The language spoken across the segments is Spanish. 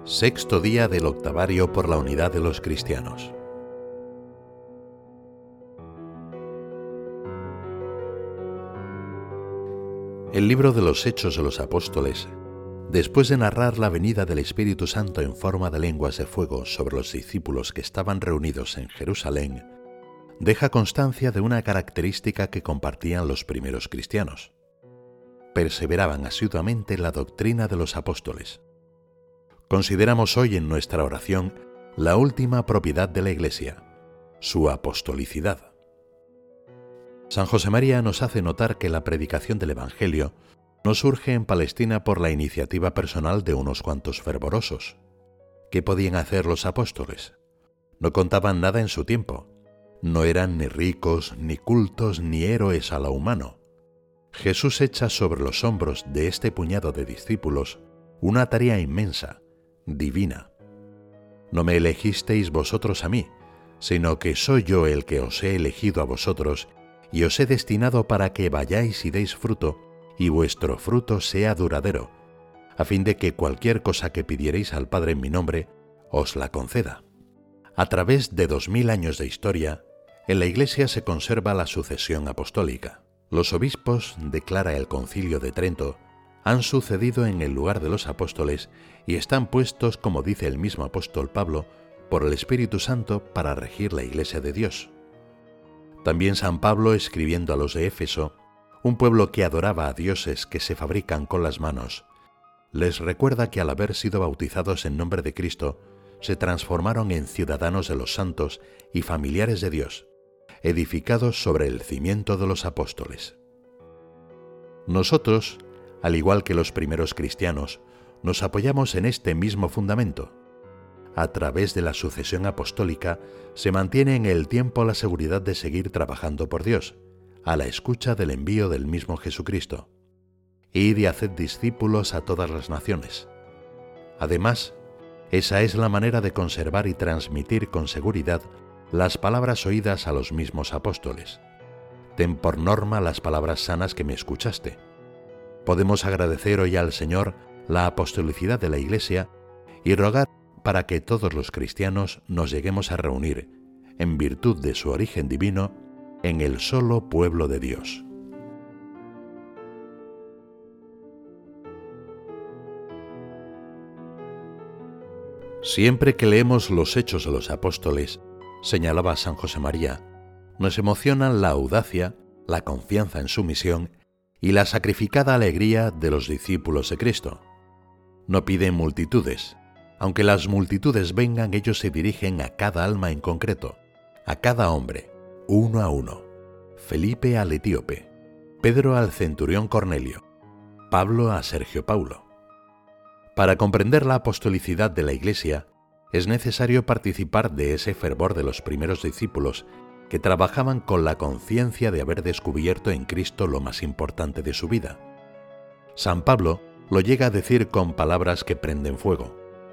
Sexto día del octavario por la unidad de los cristianos. El libro de los Hechos de los Apóstoles, después de narrar la venida del Espíritu Santo en forma de lenguas de fuego sobre los discípulos que estaban reunidos en Jerusalén, deja constancia de una característica que compartían los primeros cristianos. Perseveraban asiduamente en la doctrina de los apóstoles. Consideramos hoy en nuestra oración la última propiedad de la Iglesia, su apostolicidad. San José María nos hace notar que la predicación del Evangelio no surge en Palestina por la iniciativa personal de unos cuantos fervorosos. ¿Qué podían hacer los apóstoles? No contaban nada en su tiempo. No eran ni ricos, ni cultos, ni héroes a lo humano. Jesús echa sobre los hombros de este puñado de discípulos una tarea inmensa, divina. No me elegisteis vosotros a mí, sino que soy yo el que os he elegido a vosotros y os he destinado para que vayáis y deis fruto, y vuestro fruto sea duradero, a fin de que cualquier cosa que pidierais al Padre en mi nombre, os la conceda. A través de 2000 años de historia, en la Iglesia se conserva la sucesión apostólica. Los obispos, declara el Concilio de Trento, han sucedido en el lugar de los apóstoles y están puestos, como dice el mismo apóstol Pablo, por el Espíritu Santo para regir la Iglesia de Dios. También San Pablo, escribiendo a los de Éfeso, un pueblo que adoraba a dioses que se fabrican con las manos, les recuerda que al haber sido bautizados en nombre de Cristo, se transformaron en ciudadanos de los santos y familiares de Dios, edificados sobre el cimiento de los apóstoles. Nosotros, al igual que los primeros cristianos, nos apoyamos en este mismo fundamento. A través de la sucesión apostólica se mantiene en el tiempo la seguridad de seguir trabajando por Dios, a la escucha del envío del mismo Jesucristo. Id y haced discípulos a todas las naciones. Además, esa es la manera de conservar y transmitir con seguridad las palabras oídas a los mismos apóstoles. Ten por norma las palabras sanas que me escuchaste. Podemos agradecer hoy al Señor la apostolicidad de la Iglesia y rogar para que todos los cristianos nos lleguemos a reunir, en virtud de su origen divino, en el solo pueblo de Dios. Siempre que leemos los Hechos de los Apóstoles, señalaba San José María, nos emocionan la audacia, la confianza en su misión y la sacrificada alegría de los discípulos de Cristo. No piden multitudes. Aunque las multitudes vengan, ellos se dirigen a cada alma en concreto, a cada hombre, uno a uno. Felipe al etíope, Pedro al centurión Cornelio, Pablo a Sergio Paulo. Para comprender la apostolicidad de la Iglesia, es necesario participar de ese fervor de los primeros discípulos que trabajaban con la conciencia de haber descubierto en Cristo lo más importante de su vida. San Pablo lo llega a decir con palabras que prenden fuego.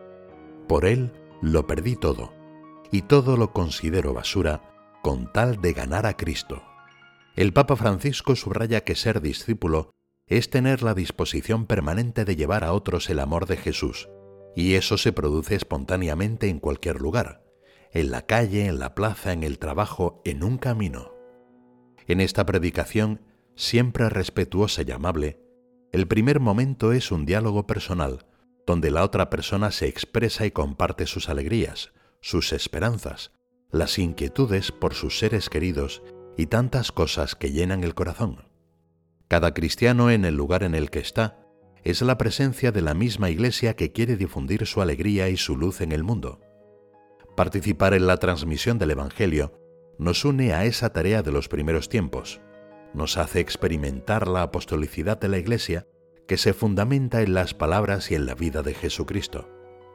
Por él lo perdí todo, y todo lo considero basura con tal de ganar a Cristo. El Papa Francisco subraya que ser discípulo es tener la disposición permanente de llevar a otros el amor de Jesús, y eso se produce espontáneamente en cualquier lugar, en la calle, en la plaza, en el trabajo, en un camino. En esta predicación, siempre respetuosa y amable, el primer momento es un diálogo personal, donde la otra persona se expresa y comparte sus alegrías, sus esperanzas, las inquietudes por sus seres queridos y tantas cosas que llenan el corazón. Cada cristiano en el lugar en el que está es la presencia de la misma Iglesia que quiere difundir su alegría y su luz en el mundo. Participar en la transmisión del Evangelio nos une a esa tarea de los primeros tiempos, nos hace experimentar la apostolicidad de la Iglesia que se fundamenta en las palabras y en la vida de Jesucristo.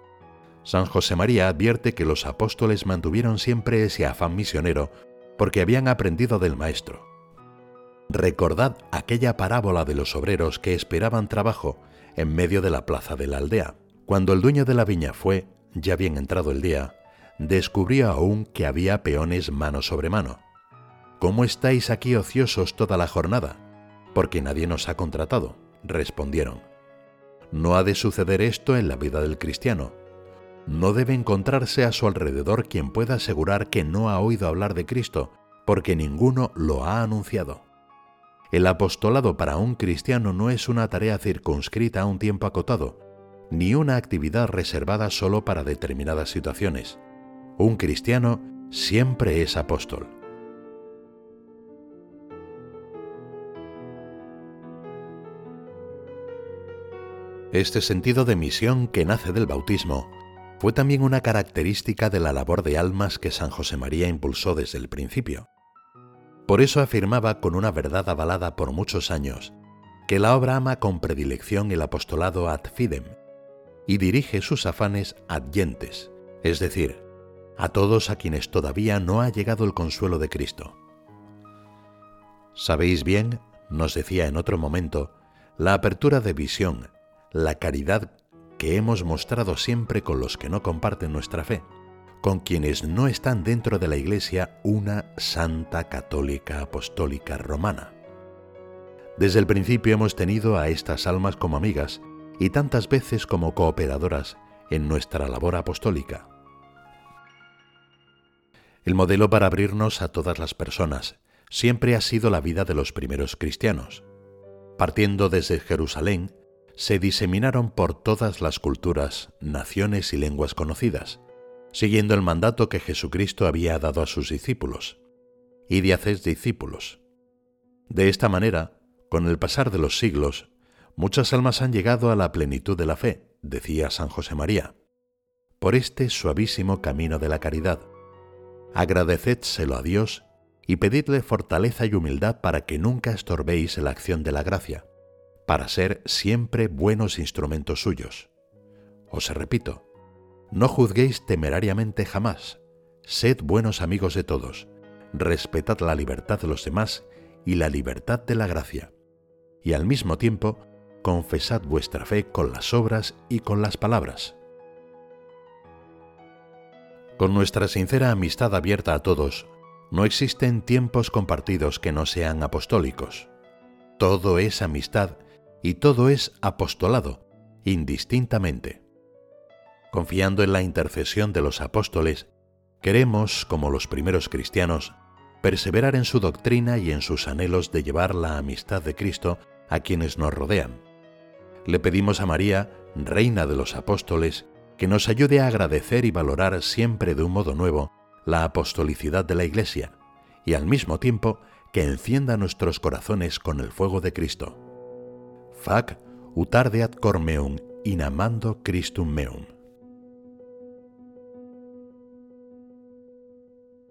San José María advierte que los apóstoles mantuvieron siempre ese afán misionero porque habían aprendido del Maestro. Recordad aquella parábola de los obreros que esperaban trabajo en medio de la plaza de la aldea. Cuando el dueño de la viña fue, ya bien entrado el día, descubrió aún que había peones mano sobre mano. ¿Cómo estáis aquí ociosos toda la jornada? Porque nadie nos ha contratado, respondieron. No ha de suceder esto en la vida del cristiano. No debe encontrarse a su alrededor quien pueda asegurar que no ha oído hablar de Cristo, porque ninguno lo ha anunciado. El apostolado para un cristiano no es una tarea circunscrita a un tiempo acotado, ni una actividad reservada solo para determinadas situaciones. Un cristiano siempre es apóstol. Este sentido de misión que nace del bautismo fue también una característica de la labor de almas que San José María impulsó desde el principio. Por eso afirmaba con una verdad avalada por muchos años que la obra ama con predilección el apostolado ad fidem y dirige sus afanes ad gentes, es decir, a todos a quienes todavía no ha llegado el consuelo de Cristo. Sabéis bien, nos decía en otro momento, la apertura de visión, la caridad que hemos mostrado siempre con los que no comparten nuestra fe, con quienes no están dentro de la Iglesia una santa católica apostólica romana. Desde el principio hemos tenido a estas almas como amigas y tantas veces como cooperadoras en nuestra labor apostólica. El modelo para abrirnos a todas las personas siempre ha sido la vida de los primeros cristianos. Partiendo desde Jerusalén, se diseminaron por todas las culturas, naciones y lenguas conocidas, siguiendo el mandato que Jesucristo había dado a sus discípulos: «Id y haced discípulos». De esta manera, con el pasar de los siglos, muchas almas han llegado a la plenitud de la fe, decía San José María, por este suavísimo camino de la caridad. Agradecédselo a Dios y pedidle fortaleza y humildad para que nunca estorbéis en la acción de la gracia, para ser siempre buenos instrumentos suyos. Os repito, no juzguéis temerariamente jamás, sed buenos amigos de todos, respetad la libertad de los demás y la libertad de la gracia, y al mismo tiempo confesad vuestra fe con las obras y con las palabras. Con nuestra sincera amistad abierta a todos, no existen tiempos compartidos que no sean apostólicos. Todo es amistad y todo es apostolado, indistintamente. Confiando en la intercesión de los apóstoles, queremos, como los primeros cristianos, perseverar en su doctrina y en sus anhelos de llevar la amistad de Cristo a quienes nos rodean. Le pedimos a María, Reina de los Apóstoles, que nos ayude a agradecer y valorar siempre de un modo nuevo la apostolicidad de la Iglesia y al mismo tiempo que encienda nuestros corazones con el fuego de Cristo. Fac ut ardeat cor meum in amando Christum meum.